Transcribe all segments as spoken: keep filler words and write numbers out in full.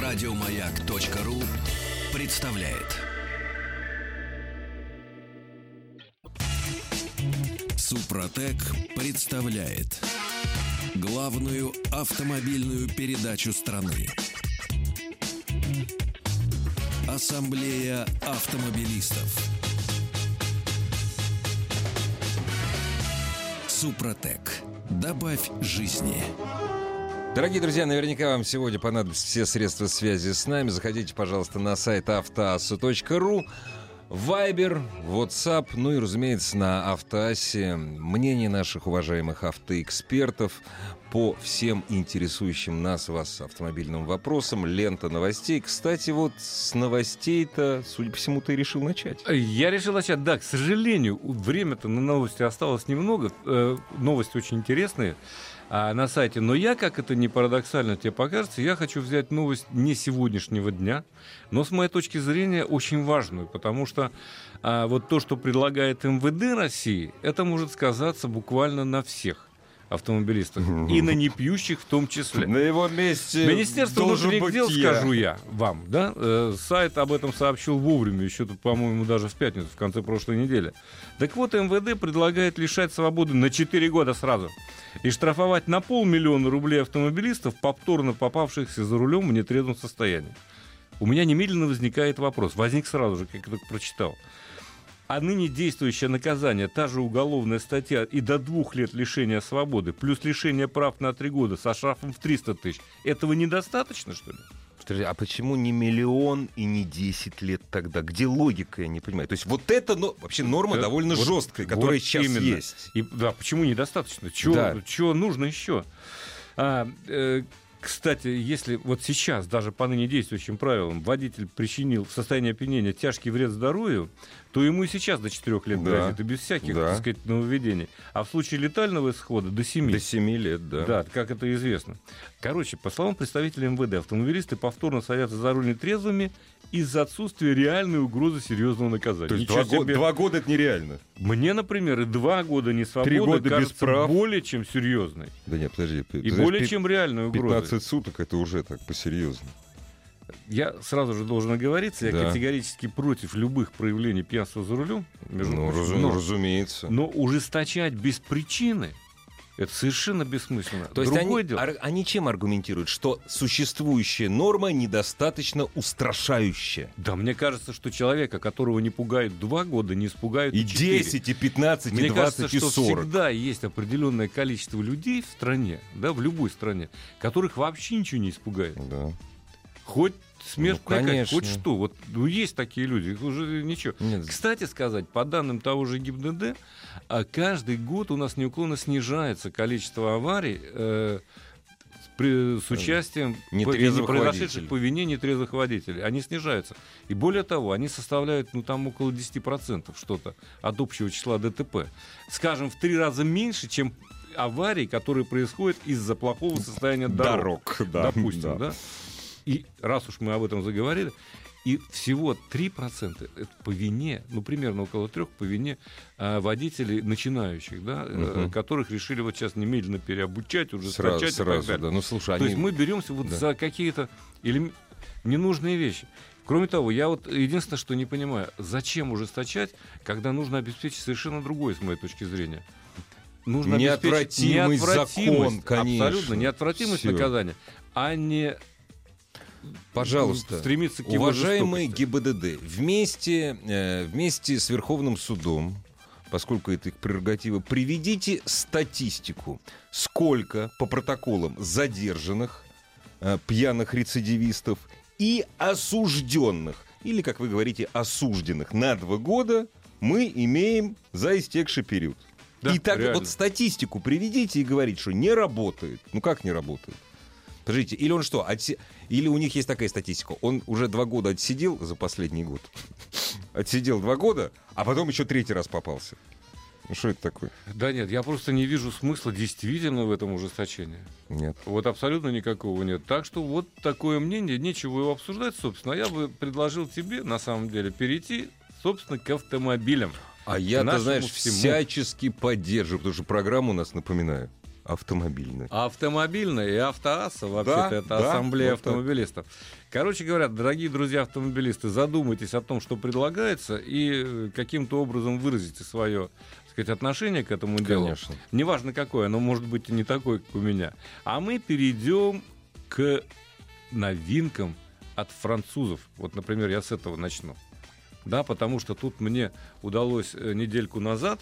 Радиомаяк.ру представляет. Супротек представляет главную автомобильную передачу страны. Ассамблея автомобилистов. Супротек. Добавь жизни. Дорогие друзья, наверняка вам сегодня понадобятся все средства связи с нами. Заходите, пожалуйста, на сайт автоассу точка ру, Вайбер, WhatsApp, ну и, разумеется, на Автоассе мнение наших уважаемых автоэкспертов по всем интересующим нас, вас, автомобильным вопросам, лента новостей. Кстати, вот с новостей-то, судя по всему, ты решил начать. Я решил начать, да, к сожалению, время-то на новости осталось немного, э, новости очень интересные а, на сайте, но я, как это не парадоксально тебе покажется, я хочу взять новость не сегодняшнего дня, но с моей точки зрения очень важную, потому что а, вот то, что предлагает эм вэ дэ России, это может сказаться буквально на всех автомобилистов, и на непьющих в том числе. На его месте Министерство внутренних дел, я. скажу я вам, да, э, сайт об этом сообщил вовремя, еще тут, по-моему, даже в пятницу, в конце прошлой недели. Так вот, эм вэ дэ предлагает лишать свободы на четыре года сразу и штрафовать на полмиллиона рублей автомобилистов, повторно попавшихся за рулем в нетрезвом состоянии. У меня немедленно возникает вопрос, возник сразу же, как я только прочитал. А ныне действующее наказание, та же уголовная статья и до двух лет лишения свободы, плюс лишение прав на три года со штрафом в триста тысяч, этого недостаточно, что ли? Подожди, а почему не миллион и не десять лет тогда? Где логика, я не понимаю. То есть вот это ну, вообще норма да, довольно вот, жесткая, которая вот сейчас именно. есть. И, да, почему недостаточно? Чего, да. чего нужно еще? А, э, Кстати, если вот сейчас, даже по ныне действующим правилам, водитель причинил в состоянии опьянения тяжкий вред здоровью, то ему и сейчас до четырех лет да. грозит, и без всяких, да. так сказать, нововведений. А в случае летального исхода до семи. До семи лет, да. Да, как это известно. Короче, по словам представителей эм вэ дэ, автомобилисты повторно садятся за руль нетрезвыми из-за отсутствия реальной угрозы серьезного наказания. То есть два, себе... го- два года это нереально? Мне, например, и два года несвободы Три года кажется без прав. более чем серьезной. Да нет, подожди. И более чем реальной угрозой. пятнадцать суток это уже так по-серьезному. Я сразу же должен оговориться, я да. категорически против любых проявлений пьянства за рулем. Между ну, прочим. разум, но, разумеется. Но ужесточать без причины это совершенно бессмысленно. То есть Другое они, дело. ар- они чем аргументируют? Что существующая норма недостаточно устрашающая. Да, мне кажется, что человека, которого не пугают два года, не испугают и и четыре. десять, и пятнадцать, Мне и двадцать, кажется, и что сорок. всегда есть определенное количество людей в стране, да, в любой стране, которых вообще ничего не испугает. Да. Хоть смерть Ну, накатит, конечно. хоть что. Вот ну, есть такие люди, их уже ничего. Нет. Кстати сказать, по данным того же ГИБДД, а каждый год у нас неуклонно снижается количество аварий э, с, при, с участием нетрезвых по, произошедших водителей. по вине нетрезвых водителей. Они снижаются. И более того, они составляют ну, там около десять процентов что-то от общего числа ДТП. Скажем, в три раза меньше, чем аварий, которые происходят из-за плохого состояния дорог. Дорог, да. Допустим, да. да? И раз уж мы об этом заговорили, и всего три процента это по вине, ну, примерно около трех по вине а, водителей начинающих, да, Угу. э, которых решили вот сейчас немедленно переобучать, ужесточать Сразу, и так сразу, далее. да. Ну, слушай, То они... есть мы беремся вот да. за какие-то или... ненужные вещи. Кроме того, я вот единственное, что не понимаю, зачем ужесточать, когда нужно обеспечить совершенно другое, с моей точки зрения. Нужно обеспечить Неотвратимый неотвратимость, закон, конечно. абсолютно неотвратимость Всё. наказания, а не Пожалуйста, стремиться к его уважаемый жестокости. ГИБДД, вместе, э, вместе с Верховным судом, поскольку это их прерогатива, приведите статистику, сколько по протоколам задержанных э, пьяных рецидивистов и осужденных, или, как вы говорите, осужденных на два года мы имеем за истекший период. Да, и так реально. вот статистику приведите и говорите, что не работает. Ну как не работает? Подождите, или он что, отси... или у них есть такая статистика, он уже два года отсидел за последний год, отсидел два года, а потом еще третий раз попался. Ну что это такое? Да нет, я просто не вижу смысла действительно в этом ужесточении. Нет. Вот абсолютно никакого нет. Так что вот такое мнение, нечего его обсуждать, собственно. А я бы предложил тебе, на самом деле, перейти, собственно, к автомобилям. А я, ты нашему знаешь, всему. всячески поддерживаю, потому что программа у нас, напоминаю, Автомобильная. Автомобильная и автоасса, вообще-то, Да, это да, ассамблея вот так. автомобилистов. Короче говоря, дорогие друзья автомобилисты, задумайтесь о том, что предлагается, и каким-то образом выразите свое, так сказать, отношение к этому делу. Конечно. Неважно какое, оно может быть и не такое, как у меня. А мы перейдем к новинкам от французов. Вот, например, я с этого начну. Да, потому что тут мне удалось э, недельку назад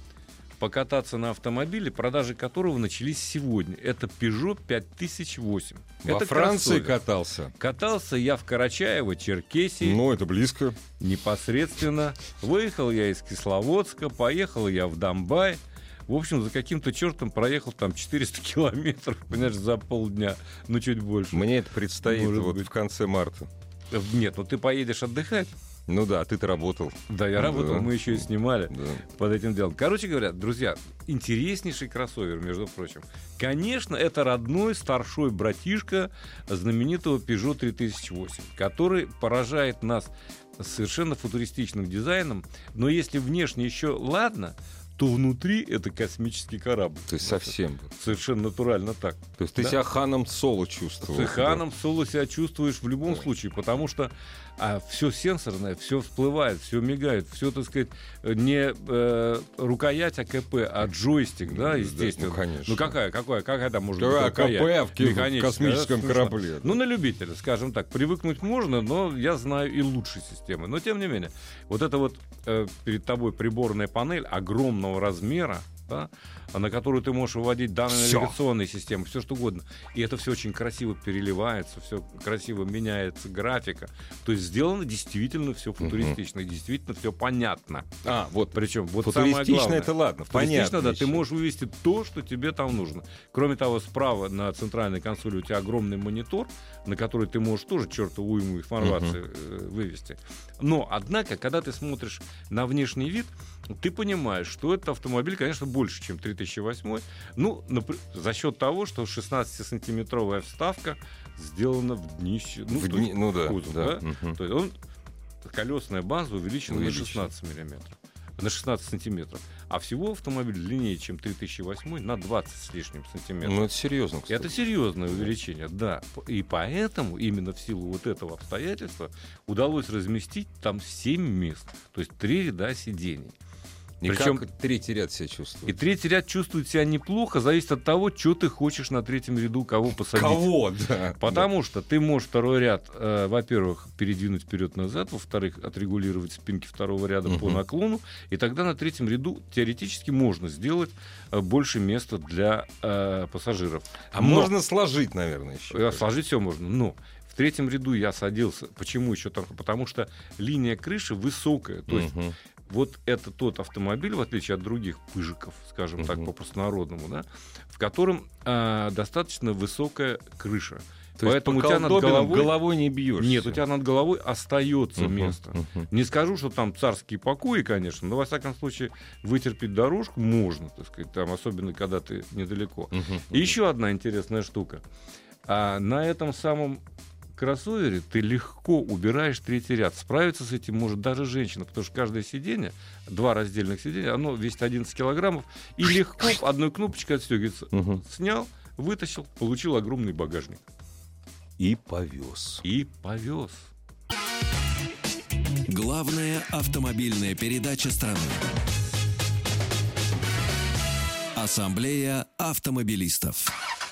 покататься на автомобиле, продажи которого начались сегодня. Это Peugeot пять тысяч восемь. Во это Франции кроссовер. катался. Катался я в Карачаево, Черкесии. Ну, это близко. Непосредственно. Выехал я из Кисловодска, поехал я в Домбай. В общем, за каким-то чертом проехал там четыреста километров, понимаешь, за полдня. Ну, чуть больше. Мне это предстоит Может вот быть. в конце марта. Нет, ну ты поедешь отдыхать. Ну да, ты-то работал. Да, я работал, Да. мы еще и снимали Да. под этим делом. Короче говоря, друзья, интереснейший кроссовер, между прочим. Конечно, это родной старшой братишка знаменитого Peugeot три тысячи восемь, который поражает нас совершенно футуристичным дизайном. Но если внешне еще ладно, то внутри это космический корабль. То есть совсем. Совершенно натурально так. То есть ты Да. себя Ханом Соло чувствовал. Ты Ханом Соло себя чувствуешь в любом случае, потому что а, все сенсорное, все всплывает, все мигает, все, так сказать, не э, рукоять АКП, а джойстик, да, естественно. Ну, конечно. Ну какая, какая, какая там может Какая быть рукоять? АКП в ки- в Механическая, космическом да, корабле. смешно. Ну, на любителя, скажем так. Привыкнуть можно, но я знаю и лучшие системы. Но, тем не менее, вот это вот э, перед тобой приборная панель огромного размера, да, на которую ты можешь выводить данные Всё. навигационной системы, все что угодно. И это все очень красиво переливается, все красиво меняется графика. То есть сделано действительно все футуристично, и действительно все понятно. А, вот. Причем вот самое Футуристично главное. это ладно. Футуристично, Понятно. да, ты можешь вывести то, что тебе там нужно. Кроме того, справа на центральной консоли у тебя огромный монитор, на который ты можешь тоже чертову уйму информации э, вывести. Но, однако, когда ты смотришь на внешний вид, ты понимаешь, что этот автомобиль, конечно, больше, чем три тысячи восемь. Ну, напр- за счет того, что шестнадцатисантиметровая вставка сделана в днище, ну, В то дни- есть ну да, кузов, да. да? Мгм. То есть он, колесная база увеличена на Увеличена. шестнадцать миллиметров. На шестнадцать сантиметров. А всего автомобиль длиннее, чем три тысячи восемь, на двадцать с лишним сантиметров. Ну, это серьезно, кстати. Это серьезное увеличение, да. И поэтому, именно в силу вот этого обстоятельства, удалось разместить там семь мест. То есть три ряда сидений. И Причем- как третий ряд себя И чувствует? третий ряд чувствует себя неплохо, зависит от того, что ты хочешь на третьем ряду, кого посадить. Кого, да. Потому что ты можешь второй ряд, э, во-первых, передвинуть вперед-назад, во-вторых, отрегулировать спинки второго ряда по Мгм. наклону, и тогда на третьем ряду теоретически можно сделать э, больше места для э, пассажиров. А Но- можно сложить, наверное, еще. Э, Сложить все можно, но в третьем ряду я садился. Почему еще там? Потому что линия крыши высокая. То есть Мгм. вот это тот автомобиль, в отличие от других пыжиков, скажем так, Мгм. по-простонародному, да, в котором а, достаточно высокая крыша. То есть Поэтому по у тебя над колдобинам головой... головой не бьешь. Нет, у тебя над головой остается Мгм, место. мгм. Не скажу, что там царские покои, конечно, но, во всяком случае, вытерпеть дорожку можно, так сказать, там, особенно когда ты недалеко. И еще одна интересная штука. А на этом самом кроссовере ты легко убираешь третий ряд. Справиться с этим может даже женщина, потому что каждое сиденье, два раздельных сиденья, оно весит одиннадцать килограммов, и легко одной кнопочкой отстегивается. Мгм. Снял, вытащил, получил огромный багажник. И повез. И повез. Главная автомобильная передача страны. Ассамблея автомобилистов.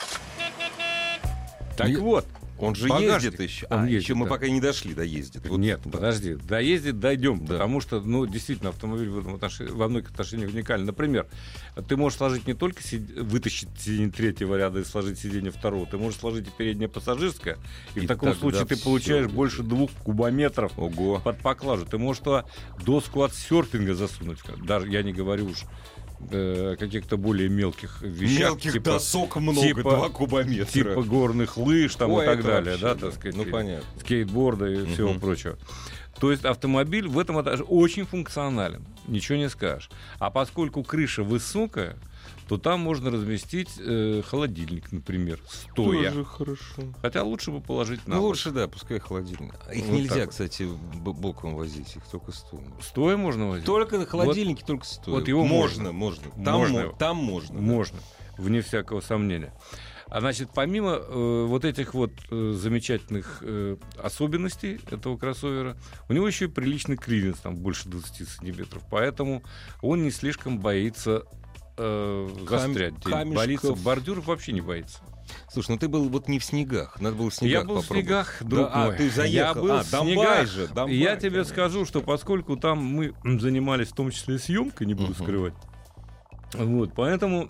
Так Ну, вот. Он же Багажник. ездит еще. Он а, ездит, еще мы да. пока не дошли до ездит. Вот, Нет, да. подожди, доездит, дойдем, Да. потому что, ну, действительно, автомобиль в этом отношении, во многих отношениях уникален. Например, ты можешь сложить не только сид- вытащить сиденье третьего ряда и сложить сиденье второго, ты можешь сложить и переднее пассажирское, и, И в таком тогда случае ты всё получаешь будет. больше двух кубометров Ого. под поклажу. Ты можешь туда доску от серфинга засунуть, даже я не говорю уж э, о каких-то более мелких вещах. Мелких типа- досок много, типа- два кубометра. Типа горных лыж там, Ой, и так это далее, вообще, да, да. так сказать. Ну, или понятно. скейтборда и Мгм. всего прочего. То есть автомобиль в этом этаже очень функционален, ничего не скажешь. А поскольку крыша высокая, то там можно разместить э, холодильник, например, стоя. Тоже хорошо. Хотя лучше бы положить на Ну, бок. лучше, да, пускай холодильник. А Их Вот нельзя, так вот. кстати, б- боком возить, их только стоя. Стоя можно возить? Только на холодильнике, только стоя. вот его можно, можно. Там, Можно. мо- там можно. да. Можно. вне всякого сомнения. А значит, помимо э, вот этих вот э, замечательных э, особенностей этого кроссовера, у него еще и приличный клиренс, там больше двадцать сантиметров, поэтому он не слишком боится э, застрять. Кам- Боится бордюров, вообще не боится. Слушай, ну ты был вот не в снегах, надо было в снегах Я был попробовать. в снегах, друг да, мой. А, ты заехал. Я был а, в Домбай снегах. же, Домбай, Я тебе конечно. скажу, что поскольку там мы занимались в том числе и съемкой, не буду Мгм. скрывать, вот, поэтому,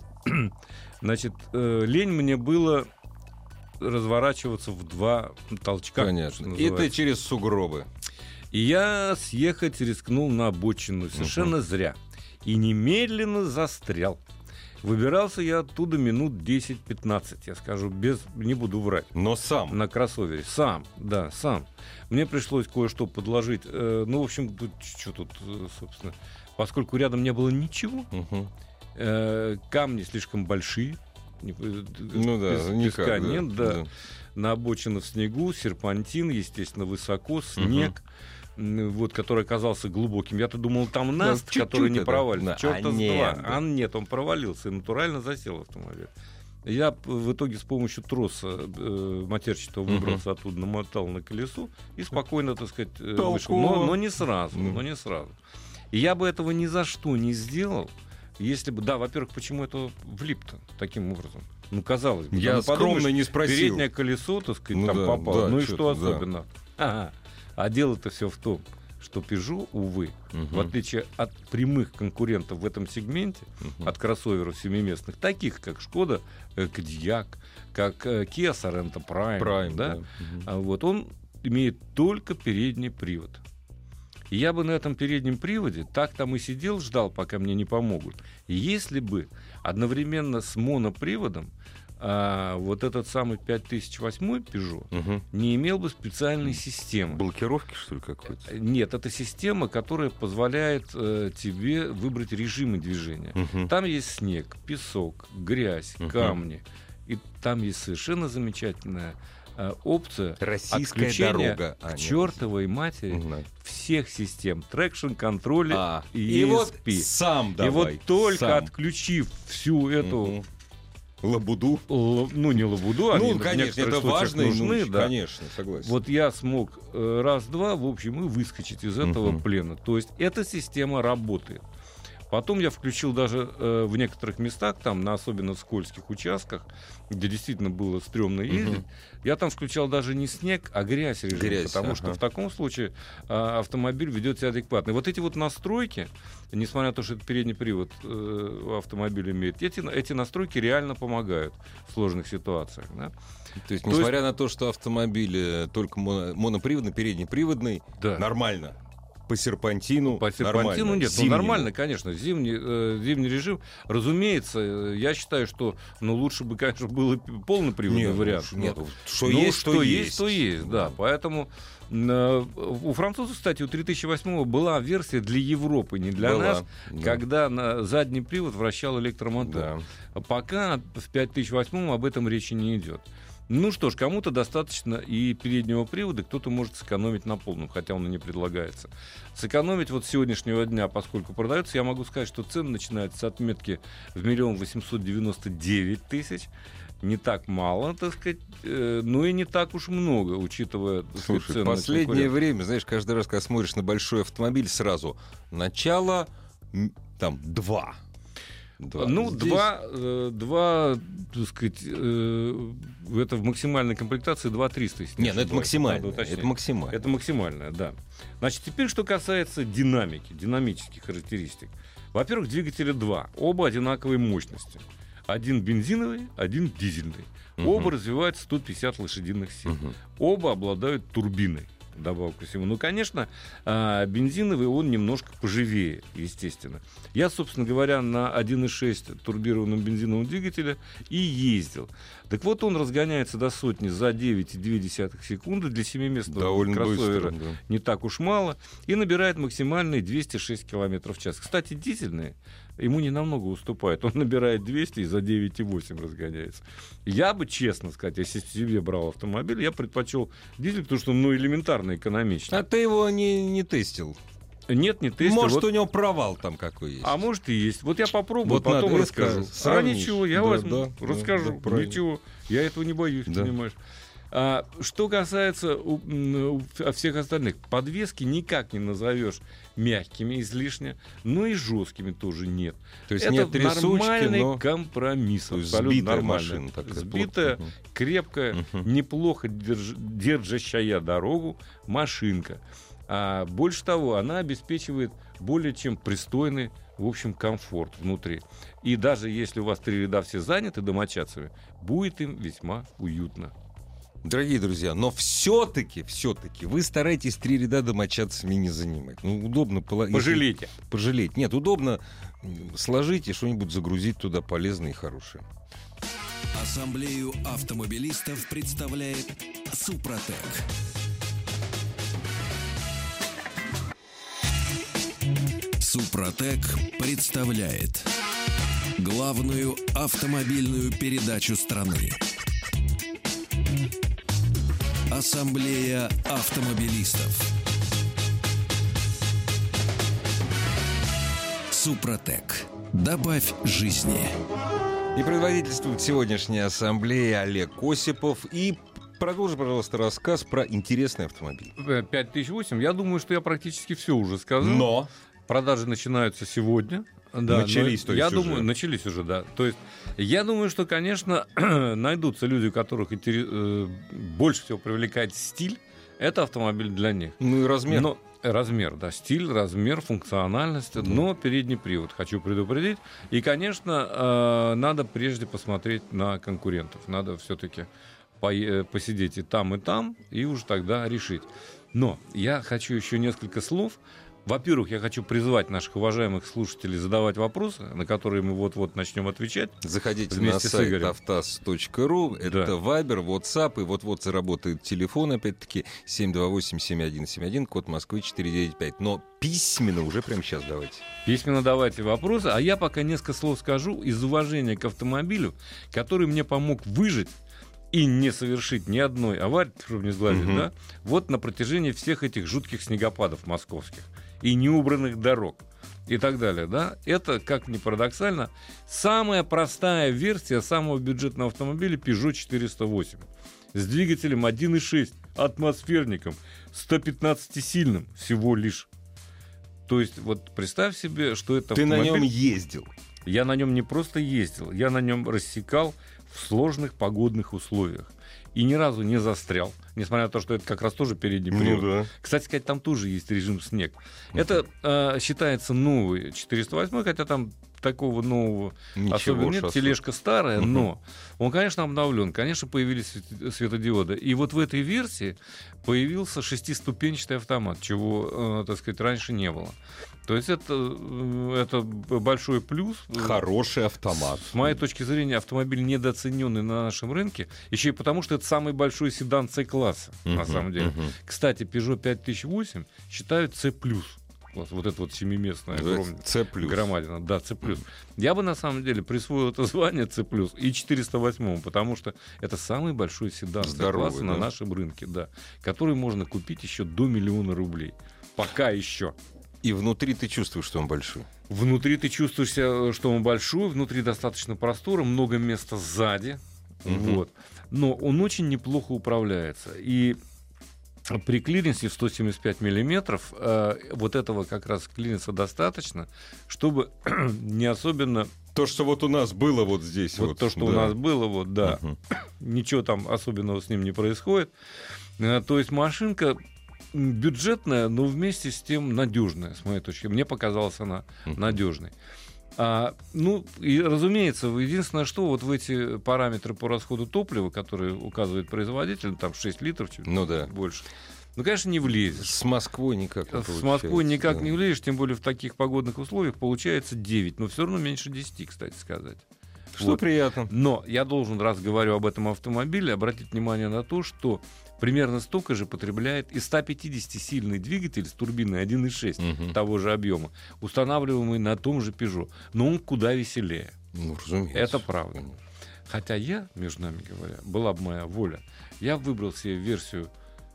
значит, э, лень мне было разворачиваться в два толчка. что Конечно. И называется. ты через сугробы. И я съехать рискнул на обочину совершенно зря. И немедленно застрял. Выбирался я оттуда минут десять-пятнадцать, я скажу, без, не буду врать. Но сам. На кроссовере. Сам, да, сам. Мне пришлось кое-что подложить. Э, ну, в общем, тут, что тут, э, собственно, поскольку рядом не было ничего, Мгм. э, камни слишком большие. не- э, Ну да, пес- никак, песка да, нет, да. да. На обочине в снегу, серпантин, естественно, высоко, снег. м, Вот, который оказался глубоким. Я-то думал, там наст, чуть-чуть который не это, провалится. да. Чёрта А с нет, два. да. А нет, он провалился и натурально засел автомобиль. Я п- в итоге с помощью троса э, матерчатого Мгм. выбрался оттуда, намотал на колесо и спокойно, так сказать, э, Толково. вышел. Но, но не сразу, Ну. но не сразу. И я бы этого ни за что не сделал, если бы... Да, во-первых, почему это влип-то таким образом? Ну, казалось бы. Я ну, скромно подумаешь, не спросил. переднее колесо, так сказать, Ну там да, попало. да, ну и чё-то, что да. особенно? Ага. А дело-то все в том, что Peugeot, увы, Мгм. в отличие от прямых конкурентов в этом сегменте, Мгм. от кроссоверов семиместных, таких как Шкода, э, Кодиак, как э, Kia Sorento Prime, Prime, да, да. Мгм. а вот он имеет только передний привод. И я бы на этом переднем приводе так там и сидел, ждал, пока мне не помогут. И если бы одновременно с моноприводом а, вот этот самый пять тысяч восемь Peugeot Мгм. не имел бы специальной системы. Блокировки, что ли, какой-то? Нет, это система, которая позволяет э, тебе выбрать режимы движения. Мгм. Там есть снег, песок, грязь, Мгм. камни. И там есть совершенно замечательная э, опция Российская отключения дорога. к А, нет. чертовой матери Мгм. всех систем трекшн, контроля А, и и вот и эс пи. сам И давай. вот только сам. отключив всю эту, Мгм. Лабуду. л- ну не лабуду, они Ну, в конечно, некоторых это случаях важно и нужны, нужно, да. конечно, согласен. Вот я смог э, раз-два, в общем, и выскочить из этого Мгм. плена. То есть эта система работает. Потом я включил даже э, в некоторых местах, там, на особенно скользких участках, где действительно было стрёмно ездить, Мгм. я там включал даже не снег, а грязь режим, Грязь, потому что ага. в таком случае а, автомобиль ведет себя адекватно. И вот эти вот настройки, несмотря на то, что это передний привод э, у автомобиля имеет, эти, эти настройки реально помогают в сложных ситуациях. Да? То есть, То несмотря на то, что автомобиль э, только моно- моноприводный, переднеприводный, Да. нормально. По серпантину, По серпантину нормально. нет, ну Зимнему. нормально, конечно, зимний, э, зимний режим. Разумеется, э, я считаю, что ну, лучше бы, конечно, был и полноприводный Нет, вариант. ну, нет, но- что ну, есть, что то есть, то есть, да. Да. Поэтому э, у французов, кстати, у три тысячи восьмого была версия для Европы, не для Была, нас, да. когда на задний привод вращал электромотор. Да. А пока в пять тысяч восемь об этом речи не идет. Ну что ж, кому-то достаточно и переднего привода, кто-то может сэкономить на полном, хотя он и не предлагается. Сэкономить вот с сегодняшнего дня, поскольку продается, я могу сказать, что цены начинаются с отметки в миллион восемьсот девяносто девять тысяч. Не так мало, так сказать, э, но и не так уж много, учитывая так сказать, Слушай, цены на последнее конкурентов. время, знаешь, каждый раз, когда смотришь на большой автомобиль, сразу начало м, там два. Два. Ну, Здесь- два, э, два, так сказать, э, это в максимальной комплектации два триста. если Не, ну это ошибаюсь. максимально. Надо уточнить. Это максимально. Это максимальное, да. Значит, теперь что касается динамики, динамических характеристик. Во-первых, двигателя два. Оба одинаковой мощности. Один бензиновый, один дизельный. Мгм. Оба развивают сто пятьдесят лошадиных сил. Мгм. Оба обладают турбиной. Добавок ко всему. Ну, конечно, а, бензиновый он немножко поживее, естественно. Я, собственно говоря, на один и шесть турбированном бензиновом двигателе и ездил. Так вот, он разгоняется до сотни за девять целых две десятых секунды. Для семиместного Довольно кроссовера быстро. Да. не так уж мало. И набирает максимальные двести шесть километров в час. Кстати, дизельные ему не намного уступает. Он набирает двести и за девять целых восемь десятых разгоняется. Я бы, честно сказать, если себе брал автомобиль, я предпочел дизель, потому что он ну, элементарно экономичный. А ты его не, не тестил? Нет, не тестил. Может, вот... у него провал там какой есть. А может и есть. Вот я попробую, Вот потом надо расскажу. это А сравнить. ничего, я Да, возьму, да, расскажу. да, да, ничего, я этого не боюсь, Да. понимаешь. А, что касается у, у всех остальных, подвески никак не назовешь мягкими излишне, но и жесткими тоже нет. То есть это нет трясучки, нормальный но... компромисс, То есть абсолютно сбитая нормальный. машина такая, Сбитая, плотная. крепкая, Мгм. неплохо держ- держащая дорогу машинка. А больше того, она обеспечивает более чем пристойный, в общем, комфорт внутри. И даже если у вас три ряда все заняты домочадцами, будет им весьма уютно. Дорогие друзья, но все-таки, все-таки вы стараетесь три ряда домочадцами не занимать. Ну, удобно... пола- Пожалейте. если- Пожалеть. Нет, удобно м, сложить и что-нибудь загрузить туда полезное и хорошее. Ассамблею автомобилистов представляет Супротек. Супротек представляет главную автомобильную передачу страны. Ассамблея автомобилистов. Супротек. Добавь жизни. И предводительствует сегодняшняя ассамблея Олег Осипов. И продолжи, пожалуйста, рассказ про интересный автомобиль. пять тысяч восемь, я думаю, что я практически все уже сказал. Но Продажи начинаются сегодня. Да, Начались, но то есть, я уже. думаю, начались уже, да. То есть я думаю, что, конечно, найдутся люди, у которых интерес- э, больше всего привлекает стиль. Это автомобиль для них. ну и размер. Но размер, да, стиль, размер, функциональность, но передний привод, хочу предупредить. И, конечно, э, надо прежде посмотреть на конкурентов. Надо все-таки посидеть и там, и там, и уже тогда решить. Но я хочу еще несколько слов. Во-первых, я хочу призвать наших уважаемых слушателей задавать вопросы, на которые мы вот-вот начнем отвечать. Заходите на Вместе с сайт Игорем. автаз точка ру. Это Да. Viber, WhatsApp. И вот-вот заработает телефон, опять-таки, семь два восемь семь один семь один, код Москвы четыре девять пять. Но письменно уже прямо сейчас давайте. Письменно давайте вопросы, а я пока несколько слов скажу из уважения к автомобилю, который мне помог выжить и не совершить ни одной аварии, чтобы не сглазить, Мгм. да, вот на протяжении всех этих жутких снегопадов московских и неубранных дорог и так далее, да, это, как ни парадоксально, самая простая версия самого бюджетного автомобиля Peugeot четыреста восемь с двигателем один и шесть, атмосферником, сто пятнадцатисильным всего лишь. То есть, вот представь себе, что это Ты на автомобиль... нем ездил. Я на нем не просто ездил, я на нем рассекал в сложных погодных условиях. И ни разу не застрял, несмотря на то, что это как раз тоже передний привод. да. Кстати сказать, там тоже есть режим снег. Это э, считается новый четыреста восемь, хотя там такого нового Ничего особенно нет. уж Тележка старая, Мгм. но он, конечно, обновлен. Конечно, появились свет- светодиоды. И вот в этой версии появился шестиступенчатый автомат, чего, э, так сказать, раньше не было. То есть это, э, это большой плюс. Хороший автомат. С моей точки зрения, автомобиль недооцененный на нашем рынке, еще и потому, что это самый большой седан С-класса, на Мгм, самом деле. мгм. Кстати, Peugeot пять тысяч восемь считают С+. Вот, вот это вот семиместная огромная С+. громадина. Да, С+. Я бы, на самом деле, присвоил это звание С+, и четыреста восемь, потому что это самый большой седан Здоровый, С-класса на да? нашем рынке, да, который можно купить еще до миллиона рублей. Пока еще. И внутри ты чувствуешь, что он большой. Внутри ты чувствуешь, себя, что он большой, внутри достаточно простора, много места сзади. Мгм. Вот. Но он очень неплохо управляется. И при клиренсе в сто семьдесят пять миллиметров э, вот этого как раз клиренса достаточно, чтобы не особенно... То, что вот у нас было вот здесь. Вот, Вот, то, что да. у нас было, вот, да, Мгм. ничего там особенного с ним не происходит. Э, то есть машинка бюджетная, но вместе с тем надежная, с моей точки зрения. Мне показалась она Мгм. надежной. А, ну, и, разумеется, единственное, что вот в эти параметры по расходу топлива, которые указывает производитель, там шесть литров, чуть Ну да. больше, ну, конечно, не влезешь. С Москвой никак не С Москвой получается, никак да. не влезешь, тем более в таких погодных условиях получается девять, но все равно меньше десяти, кстати сказать. Что Вот. приятно. Но я должен, раз говорю об этом автомобиле, обратить внимание на то, что примерно столько же потребляет и сто пятидесятисильный двигатель с турбиной один и шесть Мгм. того же объема, устанавливаемый на том же Peugeot. Но он куда веселее. Ну, разумеется. Это правда. Хотя я, между нами говоря, была бы моя воля, я выбрал себе версию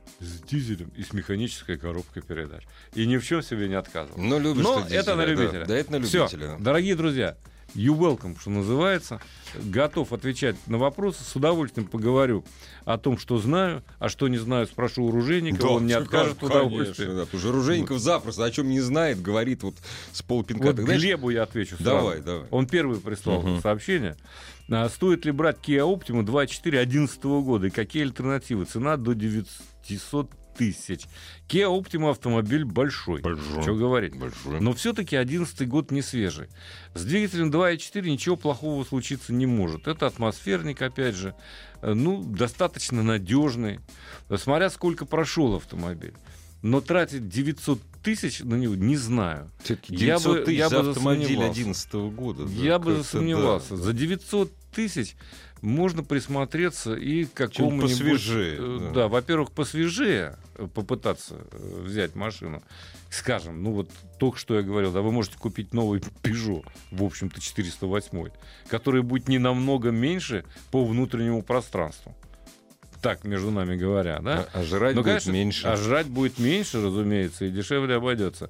с дизелем и с механической коробкой передач. И ни в чем себе не отказывал. Но любишь Но ты дизеля, это на любителя. Да, да, это на Всё, любителя. дорогие друзья, you welcome, что называется. Готов отвечать на вопросы. С удовольствием поговорю о том, что знаю, а что не знаю, спрошу у Ружейникова. Да, он мне откажет в удовольствии. Да, потому что Ружейников запросто, о чем не знает, говорит вот с полпинка. Вот Ты знаешь? Глебу я отвечу сразу. Давай, давай. Он первый прислал Угу. сообщение. А, стоит ли брать Kia Optima два четыре одиннадцатого года и какие альтернативы? Цена до девятьсот тысяч. Kia Optima автомобиль большой. Большой. Что говорить? Большой. Но все-таки одиннадцатый год не свежий. С двигателем два четыре ничего плохого случиться не может. Это атмосферник, опять же, ну, достаточно надежный. Смотря сколько прошел автомобиль. Но тратить девятьсот тысяч на него не знаю. Все-таки Я бы- девятьсот тысяч я за бы автомобиль засомневался. одиннадцатого года. Да, Я бы как-то засомневался. да. За девятьсот тысяч можно присмотреться и к какому-нибудь... посвежее, э, да. Да, во-первых, посвежее э, попытаться э, взять машину. Скажем, ну вот только что я говорил, да, вы можете купить новый Peugeot, в общем-то, четыреста восемь, который будет не намного меньше по внутреннему пространству. Так, между нами говоря, да? А, а жрать Ну, будет конечно, меньше. А жрать будет меньше, разумеется, и дешевле обойдется.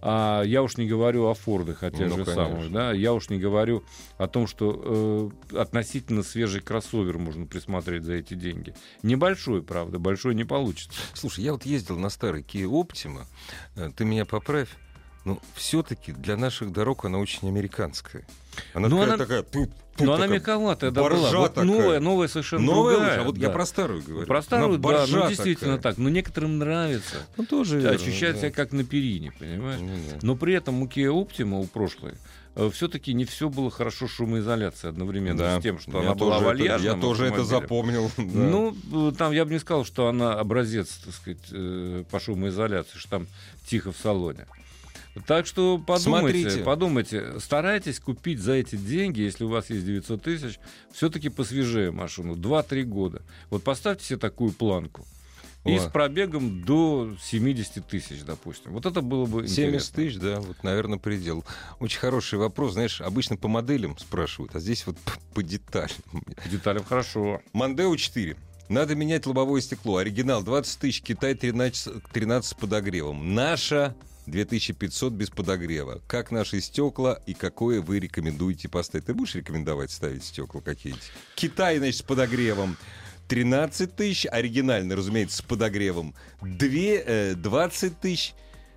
А я уж не говорю о Фордах, о тех Ну, же конечно. самых. Да? Я уж не говорю о том, что э, относительно свежий кроссовер можно присмотреть за эти деньги. Небольшой, правда, большой не получится. Слушай, я вот ездил на старый Kia Optima. Э, Ты меня поправь. Но все-таки для наших дорог она очень американская. Она Ну, такая, она- такая, тут, тут Но она такая мягковатая, да, боржа была. Вот такая. новая, новая совершенно Новая другая. лучше, а вот да. я про старую говорю. Про старую, Она да, боржа ну действительно такая. так. Но некоторым нравится. Ну, тоже верно, Ощущать да. себя как на перине, понимаешь? Ну, да. Но при этом у Kia Optima, у прошлой, все-таки не все было хорошо с шумоизоляцией одновременно Да. с тем, что Я она была тоже это- вальяжным Я тоже это автомобилем. запомнил. да. Ну, э, там я бы не сказал, что она образец, так сказать, э, по шумоизоляции, что там тихо в салоне. Так что подумайте, Смотрите. подумайте, старайтесь купить за эти деньги, если у вас есть девятьсот тысяч, все-таки посвежее машину, два-три года. Вот поставьте себе такую планку. И О. с пробегом до семьдесят тысяч, допустим. Вот это было бы семьдесят интересно. тысяч, да, вот, наверное, предел. Очень хороший вопрос. Знаешь, обычно по моделям спрашивают, а здесь вот по, по деталям. По деталям хорошо. Мондео четыре. Надо менять лобовое стекло. Оригинал двадцать тысяч, Китай тринадцать, тринадцать с подогревом. Наша две тысячи пятьсот без подогрева. Как наши стекла и какое вы рекомендуете поставить? Ты будешь рекомендовать ставить стекла какие-нибудь? Китай, значит, с подогревом тринадцать тысяч. Оригинальный, разумеется, с подогревом две, э, двадцать тысяч.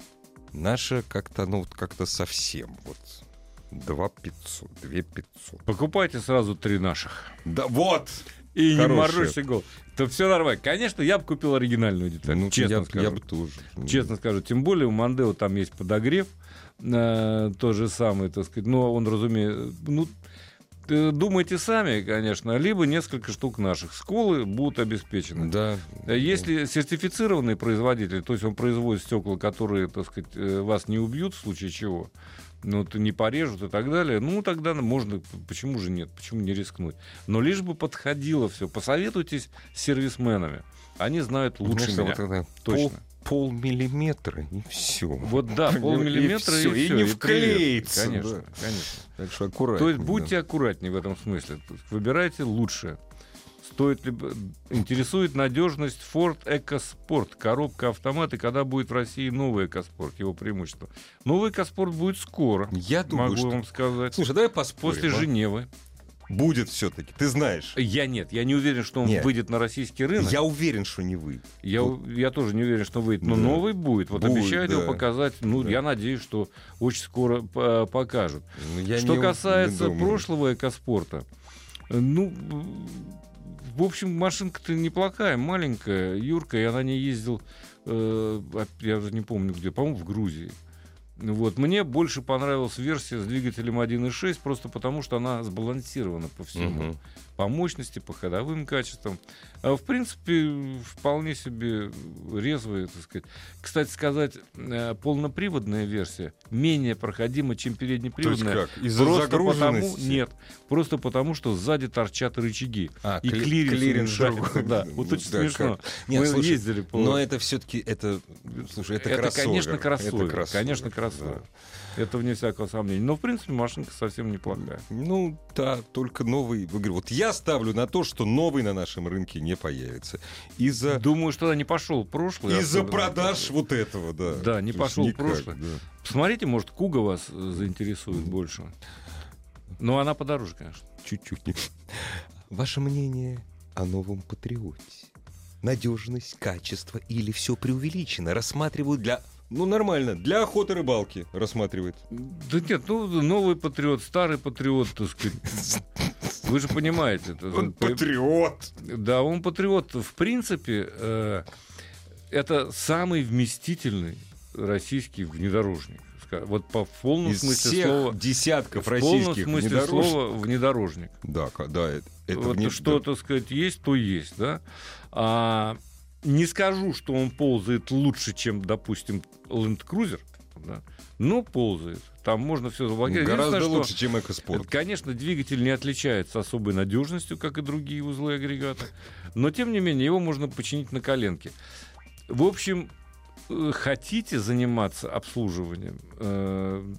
Наша как-то, ну, вот как-то совсем вот. два пятьсот, две пятьсот. Покупайте сразу три наших. Да вот! И не Хорошая. морочьте голову. То все нормально. Конечно, я бы купил оригинальную деталь. Ну, честно я, скажу. я бы тоже. Честно скажу. Тем более у Мондео там есть подогрев. э, то же самое, так сказать. Но он, разумеется... Ну, э, думайте сами, конечно. Либо несколько штук наших. Сколы будут обеспечены. Да. Э, Если сертифицированный производитель, то есть он производит стекла, которые, так сказать, э, вас не убьют в случае чего, ну, то не порежут и так далее, ну, тогда можно, почему же нет, почему не рискнуть? Но лишь бы подходило все. Посоветуйтесь с сервисменами. Они знают лучше Знаешь, меня. вот это Точно. Пол, полмиллиметра, и все. Вот да, полмиллиметра, и, всё, и всё, не привет. вклеится. Конечно, да. конечно. Так что аккуратнее. То есть будьте аккуратнее в этом смысле. То есть выбирайте лучшее. Стоит ли... Интересует надежность Ford EcoSport. Коробка автомат. И когда будет в России новый EcoSport, его преимущество. Новый EcoSport будет скоро. Я думаю, могу что... вам сказать. Слушай, давай поспорим. После а? Женевы. Будет все-таки, ты знаешь. Я нет, я не уверен, что он Нет. выйдет на российский рынок. Я уверен, что не выйдет. Я, Вот. я тоже не уверен, что выйдет, но Да. новый будет. Вот Будет, обещают да. его показать. Ну, Да. я надеюсь, что очень скоро по- покажут. Ну, я Что не- касается не думаю. прошлого экоспорта, э, ну, в общем, машинка-то неплохая, маленькая, юркая, я на ней ездил, э, я уже не помню где, по-моему, в Грузии. Вот. Мне больше понравилась версия с двигателем один и шесть, просто потому что она сбалансирована по всему. Мгм. По мощности, по ходовым качествам. А, в принципе, вполне себе резвая, так сказать. Кстати сказать, э, полноприводная версия менее проходима, чем То есть переднеприводная. как? Из-за Просто потому, загруженности? нет, просто потому, что сзади торчат рычаги. А, И кли- клиренс клиренс уменьшается, другой. да. Вот очень Да, смешно. как? Нет, Мы слушай, ездили по... Но это все-таки, это, слушай, это, кроссовер. конечно, кроссовер. Это кроссовер. Конечно, кроссовер. стоит. Это вне всякого сомнения. Но, в принципе, машинка совсем неплохая. Ну, да, только новый... Говорю, вот я ставлю на то, что новый на нашем рынке не появится. Из-за... Думаю, что не пошел прошлый. Из-за продаж вот этого, да. Да, не пошел никак, прошлый. Да. Посмотрите, может, Куга вас заинтересует больше. Но она подороже, конечно. Чуть-чуть. Не... Ваше мнение о новом Патриоте? Надежность, качество или все преувеличено? Рассматривают для... Ну, нормально. Для охоты рыбалки рассматривает. Да нет, ну, новый Патриот, старый Патриот, так сказать. Вы же понимаете. Это, он патриот. Да, он патриот. В принципе, э, это самый вместительный российский внедорожник. Вот по полному Из смысле всех слова... десятков в российских полном смысле слова внедорожник. Да, да. Это, это вот вне... что, да. так сказать, есть, то есть, да. А, не скажу, что он ползает лучше, чем, допустим, Land Cruiser, да, но ползает. Там можно все заблокировать. Гораздо лучше, что, чем EcoSport. Конечно, двигатель не отличается особой надежностью, как и другие узлы агрегата, но, тем не менее, его можно починить на коленке. В общем, хотите заниматься обслуживанием, э,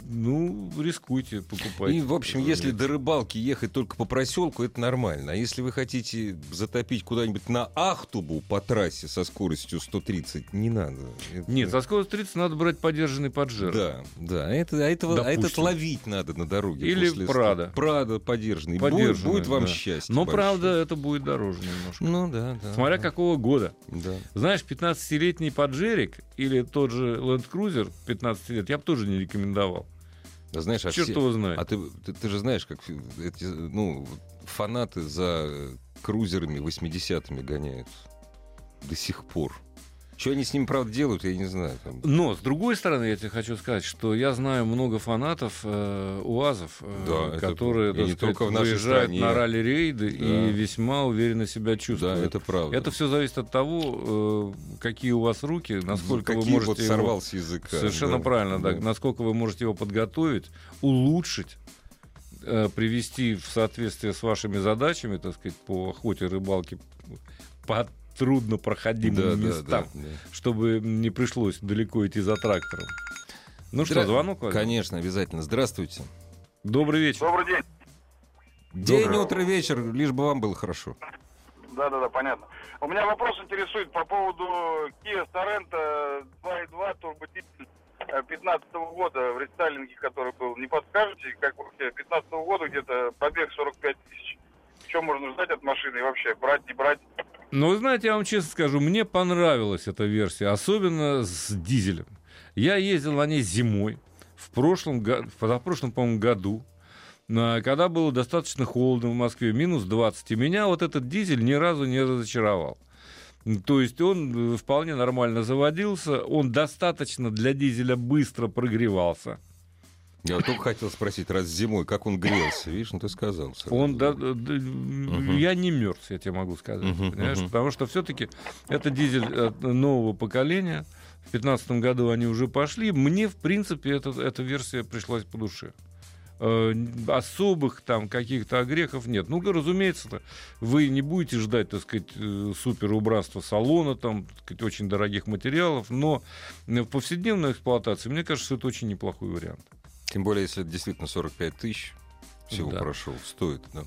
ну, рискуйте, покупайте. И, в общем, если до рыбалки ехать только по проселку, это нормально. А если вы хотите затопить куда-нибудь на Ахтубу по трассе со скоростью сто тридцать, не надо. Это... Нет, со скоростью тридцать надо брать подержанный Паджеро. Да, да. А, это, а, этого, а этот ловить надо на дороге. Или после... Прада. Прада подержанный. Подержанный, будет, будет вам да. счастье. Но, большое. правда, это будет дороже немножко. Ну, да, да. Смотря да. какого года. Да. Знаешь, пятнадцатилетний Паджерик или тот же Land Cruiser пятнадцать лет я бы тоже не рекомендовал. Да, знаешь, а Черт все... его знает. А ты, ты, ты же знаешь, как эти, ну, фанаты за крузерами восьмидесятыми гоняются до сих пор. Что они с ними, правда, делают, я не знаю. Там... Но, с другой стороны, я тебе хочу сказать, что я знаю много фанатов э, УАЗов, э, да, которые это... так сказать, в выезжают стране. на ралли-рейды Да. и весьма уверенно себя чувствуют. Да, это правда. Это все зависит от того, э, какие у вас руки, насколько какие вы можете вот его... сорвал с языка. Совершенно да. правильно, да. Да. Насколько вы можете его подготовить, улучшить, э, привести в соответствие с вашими задачами, так сказать, по охоте, рыбалке, по труднопроходимым Да, да, местам, да, да. чтобы не пришлось далеко идти за трактором. Ну что, Здра... звонок? Возьмем? Конечно, обязательно. Здравствуйте. Добрый вечер. Добрый день. День, Добрый. утро, вечер, лишь бы вам было хорошо. Да-да-да, понятно. У меня вопрос интересует по поводу Kia Sorento два и два турбодизель пятнадцатого года в рестайлинге, который был. Не подскажете, как вообще пятнадцатого года где-то пробег сорок пять тысяч? Что можно ждать от машины и вообще брать, не брать? Ну, вы знаете, я вам честно скажу, мне понравилась эта версия, особенно с дизелем. Я ездил на ней зимой, в прошлом, в позапрошлом, по-моему, году, когда было достаточно холодно в Москве, минус двадцать, и меня вот этот дизель ни разу не разочаровал. То есть он вполне нормально заводился, он достаточно для дизеля быстро прогревался. Я вот только хотел спросить, раз зимой, как он грелся? Видишь, ну ты сказал. Сразу. Он, да, да, uh-huh. Я не мерз, я тебе могу сказать. Uh-huh, понимаешь? Uh-huh. Потому что все-таки это дизель нового поколения. В две тысячи пятнадцатом году они уже пошли. Мне, в принципе, эта, эта версия пришлась по душе. Э, особых там каких-то огрехов нет. Ну, разумеется, вы не будете ждать, так сказать, супер убранства салона, там, так сказать, очень дорогих материалов, но в повседневной эксплуатации, мне кажется, это очень неплохой вариант. Тем более, если это действительно сорок пять тысяч всего да. прошел, стоит, да.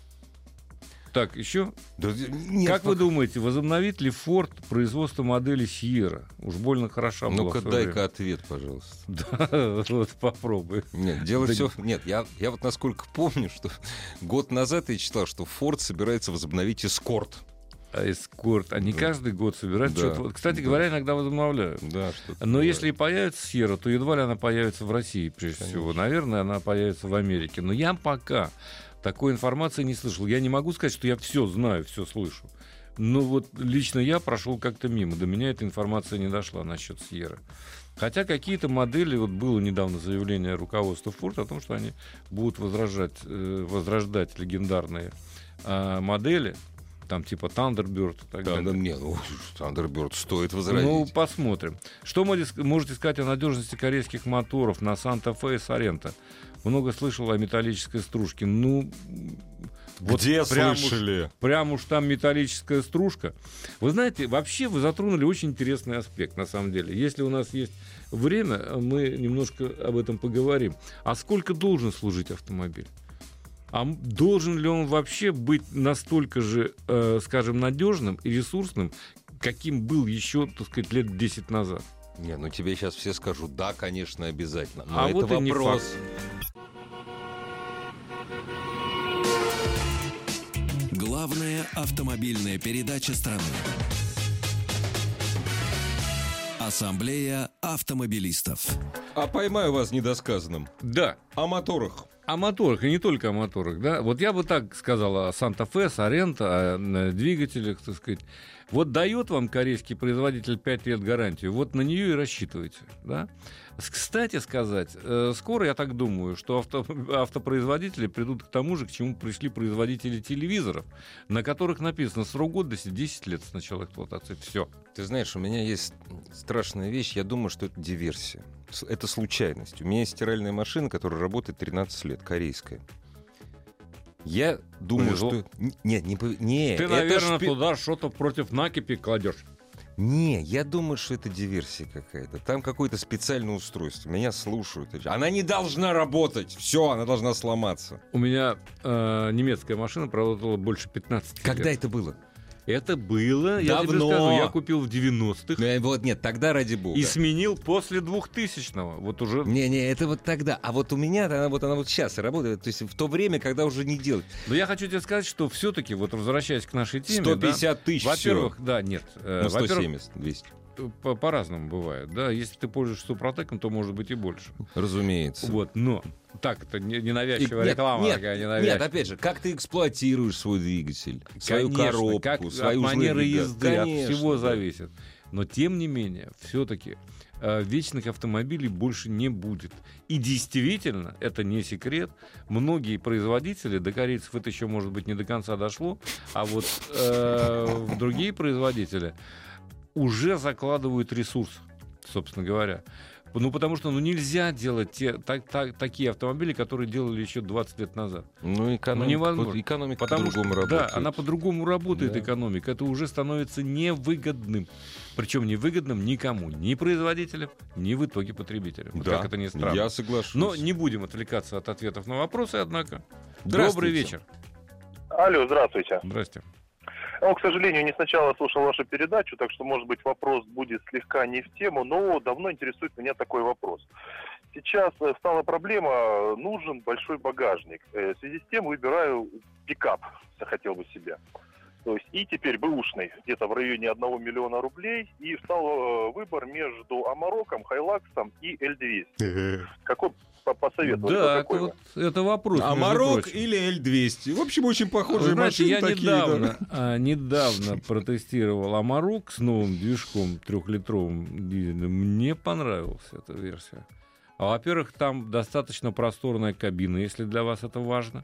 Так, еще? Да, нет, как пока... вы думаете, возобновит ли Ford производство модели Sierra? Уж больно хороша была. Ну-ка, дай-ка ответ, пожалуйста. Да, вот попробуй. Нет, дело да все... Нет, я, я вот насколько помню, что год назад я читал, что Ford собирается возобновить Escort. А Escort, они да. каждый год собирают да. что-то. Кстати да. говоря, иногда возобновляют. Да, что-то Но бывает. если и появится Sierra, то едва ли она появится в России, прежде Конечно. всего. Наверное, она появится в Америке. Но я пока такой информации не слышал. Я не могу сказать, что я все знаю, все слышу. Но вот лично я прошел как-то мимо. До меня эта информация не дошла насчет Sierra. Хотя какие-то модели, вот было недавно заявление руководства Ford о том, что они будут возрождать, э, возрождать легендарные э, модели, там типа Thunderbird и так да, далее. Да, нет, ну, Thunderbird стоит возродить. Ну, посмотрим. Что можете сказать о надежности корейских моторов на Санта-Фе и Соренто? Много слышал о металлической стружке. Ну, Вот Где прям слышали? Уж, прям уж там металлическая стружка. Вы знаете, вообще вы затронули очень интересный аспект, на самом деле. Если у нас есть время, мы немножко об этом поговорим. А сколько должен служить автомобиль? А должен ли он вообще быть настолько же, э, скажем, надежным и ресурсным, каким был еще, так сказать, лет десять назад? Не, ну тебе сейчас все скажут, да, конечно, обязательно. Но А это вот и не вопрос. факт. Главная автомобильная передача страны. Ассамблея автомобилистов. А поймаю вас недосказанным. Да. О моторах. О моторах, и не только о моторах, да. Вот я бы так сказал о Санта-Фе, Соренто, о двигателях, так сказать. Вот дает вам корейский производитель пять лет гарантию, вот на нее и рассчитывайте, да. Кстати сказать, скоро, я так думаю, что авто, автопроизводители придут к тому же, к чему пришли производители телевизоров, на которых написано срок годности десять лет с начала эксплуатации. Все. Ты знаешь, у меня есть страшная вещь. Я думаю, что это диверсия. Это случайность. У меня есть стиральная машина, которая работает тринадцать лет, корейская. Я думаю, Повезло. что... Нет, не... пов- не Ты, это наверное, шпи- туда что-то против накипи кладешь. Не, я думаю, что это диверсия какая-то. Там какое-то специальное устройство. Меня слушают. Она не должна работать. Все, она должна сломаться. У меня э, немецкая машина проработала больше пятнадцати Когда лет. это было? Это было, я тебе Давно. скажу, я купил в девяностых Ну, вот нет, тогда ради бога. и сменил после двухтысячного. Вот уже. Не-не, это вот тогда. А вот у меня, она вот, она вот сейчас работает. То есть в то время, когда уже не делать. Но я хочу тебе сказать, что все-таки, вот возвращаясь к нашей теме, сто пятьдесят да, тысяч во-первых, да, нет. э, Ну, сто во-первых, семьдесят, двести. по- по-разному бывает, да. Если ты пользуешься Супротеком, то может быть и больше. Разумеется. Вот, но так это не- ненавязчивая И- реклама нет, такая, нет, ненавязчивая. нет, опять же, как ты эксплуатируешь свой двигатель, свою Конечно, коробку, как свои от узлы манеры двигателя. езды, Конечно, от всего да. зависит. Но тем не менее, все-таки э, вечных автомобилей больше не будет. И действительно, это не секрет, многие производители, до корейцев это еще, может быть, не до конца дошло, а вот э, другие производители уже закладывают ресурс, собственно говоря. Ну, потому что ну, нельзя делать те, так, так, такие автомобили, которые делали еще двадцать лет назад. Ну, экономика, Ну, невозможно. вот экономика Потому что, по-другому да, работает. она по-другому работает, Да. экономика. Это уже становится невыгодным. Причем невыгодным никому. Ни производителям, ни в итоге потребителям. Вот Да, как это ни странно. я соглашусь. Но не будем отвлекаться от ответов на вопросы, однако. Здравствуйте. Добрый вечер. Алло, здравствуйте. Здрасте. Ну, к сожалению, не сначала слушал вашу передачу, так что, может быть, вопрос будет слегка не в тему, но давно интересует меня такой вопрос. Сейчас э, стала проблема, нужен большой багажник. Э, В связи с тем выбираю пикап, захотел бы себе. То есть, и теперь бэушный, где-то в районе одного миллиона рублей, и стал э, выбор между Амароком, Хайлаксом и эль двести. Какой по- посоветовать? Да, какой это, вы? вот, это вопрос. между Амарок прочим. или эль двести. В общем, очень Вы похожие знаете, машины я такие. да. недавно, а, недавно протестировал Амарок с новым движком трехлитровым дизельным. Мне понравилась эта версия. А, во-первых, там достаточно просторная кабина, если для вас это важно.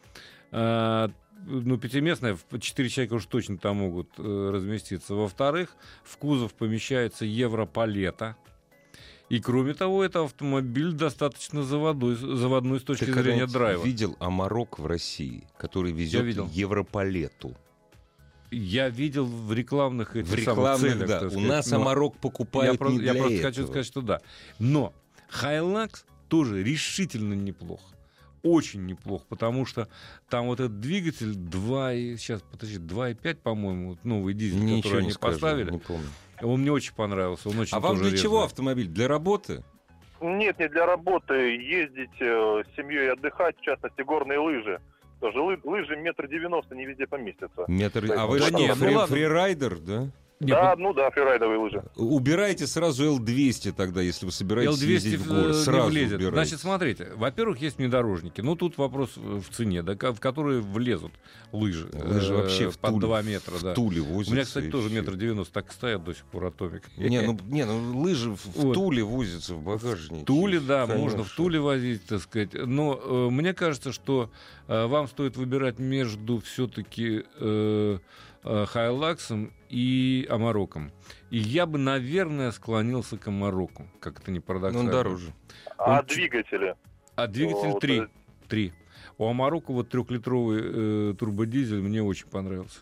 А, ну, пятиместная, в четыре человека уж точно там могут э, разместиться. Во-вторых, в кузов помещается европалета. И, кроме того, это автомобиль достаточно заводной, заводной с точки Ты зрения когда-нибудь драйва. видел Амарок в России, который Я везет видел. европалету? Я видел в рекламных этих В самых рекламных, целях, да. так У сказать, нас но Амарок я, покупают про- не я для просто этого. хочу сказать, что да. Но Хайлакс тоже решительно неплох. Очень неплох, потому что там вот этот двигатель два, и- сейчас, подожди, два и пять, по-моему, вот новый дизель, Ничего который не они скажу, поставили. не помню. Он мне очень понравился, он очень А вам тоже для чего резвый. автомобиль? Для работы? Нет, не для работы. Ездить э, с семьей отдыхать, в частности, горные лыжи. Тоже лы- лыжи метр девяносто не везде поместятся. Метр... Да А вы да что, нет, ну фри- ладно. фрирайдер, да? Не, Да, ну да, фрирайдовые лыжи. Убирайте сразу эл двести тогда, если вы собираетесь эл двести ездить в э, горы. не Сразу влезет. убирайте. Значит, смотрите, во-первых, есть внедорожники. Ну, тут вопрос в цене, да, ка- в которые влезут лыжи. Лыжи э, вообще в под Туле, два метра, в да. Туле У возятся. меня, кстати, и тоже всё. метр девяносто так и стоят до сих пор атомик. Не, ну, не, ну лыжи в, в Вот. Туле возятся в багажнике. В Туле, да, Конечно. можно в Туле возить, так сказать. Но э, мне кажется, что э, вам стоит выбирать между все-таки э, э, Хайлаксом и Амароком. И я бы, наверное, склонился к Амароку. Как это не Ну, парадоксально. он дороже. А Он ч- двигатели? А двигатель Вот, три. э, три. У Амарока вот трехлитровый э, турбодизель мне очень понравился.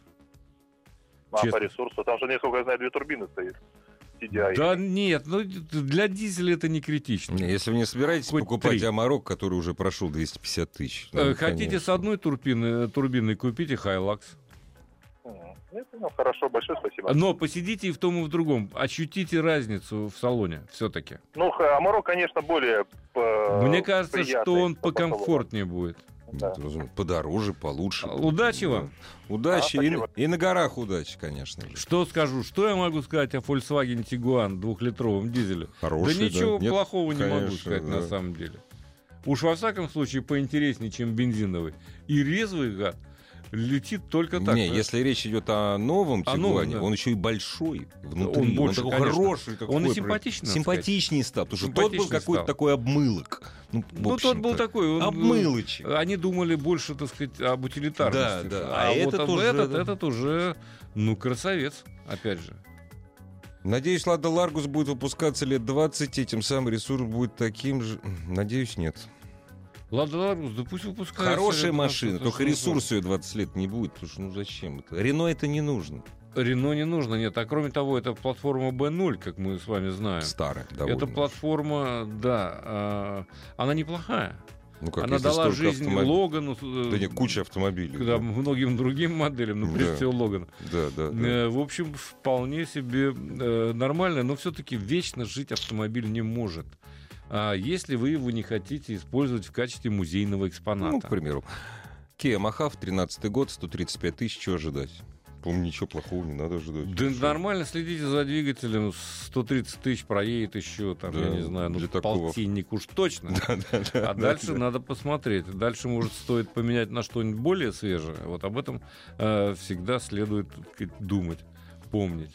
А Честно. по ресурсу? Там же, насколько я знаю, две турбины стоит. ти ди ай. Да нет, ну для дизеля это не критично. Не, если вы не собираетесь Хоть покупать три. Амарок, который уже прошел двести пятьдесят тысяч. Э, ну, Хотите конечно. с одной турбины, турбиной, купите Хайлакс. Нет, ну, хорошо, большое спасибо. Но посидите и в том, и в другом. Ощутите разницу в салоне все-таки. Ну, х- Амарок, конечно, более по- Мне кажется, приятный что он по салону. покомфортнее будет. Да. Это, разумеется, подороже, получше. Удачи вам. Удачи. А, и, спасибо. и на горах удачи, конечно же. Что скажу? Что я могу сказать о Volkswagen Tiguan двухлитровом дизеле? Хороший, да ничего Нет, плохого не могу конечно, сказать да. на самом деле. Уж во всяком случае поинтереснее, чем бензиновый. И резвый гад летит только так. Не, да. если речь идет о новом О новом, Тигуане, да. он еще и большой внутри. Он больше, такой конечно. хороший. Такой, Он и прям симпатичный, надо Симпатичнее стал, потому что тот был Симпатичный какой-то стал. такой обмылок. Ну, в Ну, тот был общем-то. такой. Он, Обмылочек. Они думали больше, так сказать, об утилитарности. Да, да. А, А вот этот об уже, этот, да. этот уже, ну, красавец, опять же. Надеюсь, Лада Ларгус будет выпускаться лет двадцать, и тем самым ресурс будет таким же. Надеюсь, нет. Лада Ларгус, да пусть выпускается. Хорошая лет машина, двадцать, только это ресурс ее двадцать лет не будет, потому что ну зачем это? Рено это не нужно. Рено не нужно, нет. А кроме того, это платформа би ноль, как мы с вами знаем. Старая довольно. Это платформа, да, а, она неплохая. Ну, как, Она если дала столько жизнь автомобилей. Логану, э, Да нет, куча автомобилей. да, многим другим моделям, ну, прежде Да. всего Логану. Да, да, да. Э, В общем, вполне себе э, нормально, но все-таки вечно жить автомобиль не может. А если вы его не хотите использовать в качестве музейного экспоната. Ну, к примеру, Kia Mojave, тринадцатый год, сто тридцать пять тысяч, чего ожидать? По-моему, ничего плохого не надо ожидать. Да Что? нормально, следите за двигателем, сто тридцать тысяч проедет еще, там, Да, я не знаю, ну, для такого- полтинник уж точно. Да, да, да, А да, дальше да. надо посмотреть. Дальше, может, стоит поменять на что-нибудь более свежее. Вот об этом э, всегда следует, так сказать, думать, помнить.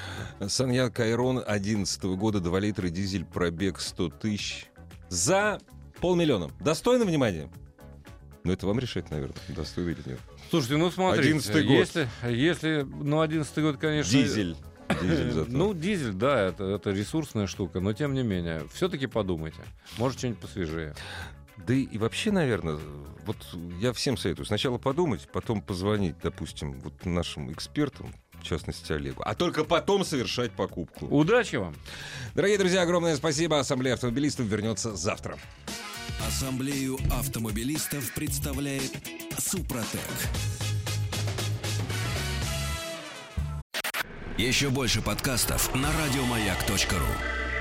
Саньян Кайрон одиннадцатого года, два литра, дизель, пробег сто тысяч. За полмиллиона. Достойно внимания? Ну, это вам решать, наверное, достойно или нет. Слушайте, ну смотрите, одиннадцатый год. если, если, ну, одиннадцатый год, конечно... Дизель. Дизель зато. Ну, дизель, да, это, это ресурсная штука, но тем не менее, все-таки подумайте. Может, что-нибудь посвежее. Да и, и вообще, наверное, вот я всем советую сначала подумать, потом позвонить, допустим, вот нашим экспертам, в частности, Олегу, а только потом совершать покупку. Удачи вам! Дорогие друзья, огромное спасибо. Ассамблея автомобилистов вернется завтра. Ассамблею автомобилистов представляет Супротек. Еще больше подкастов на радиомаяк точка ру.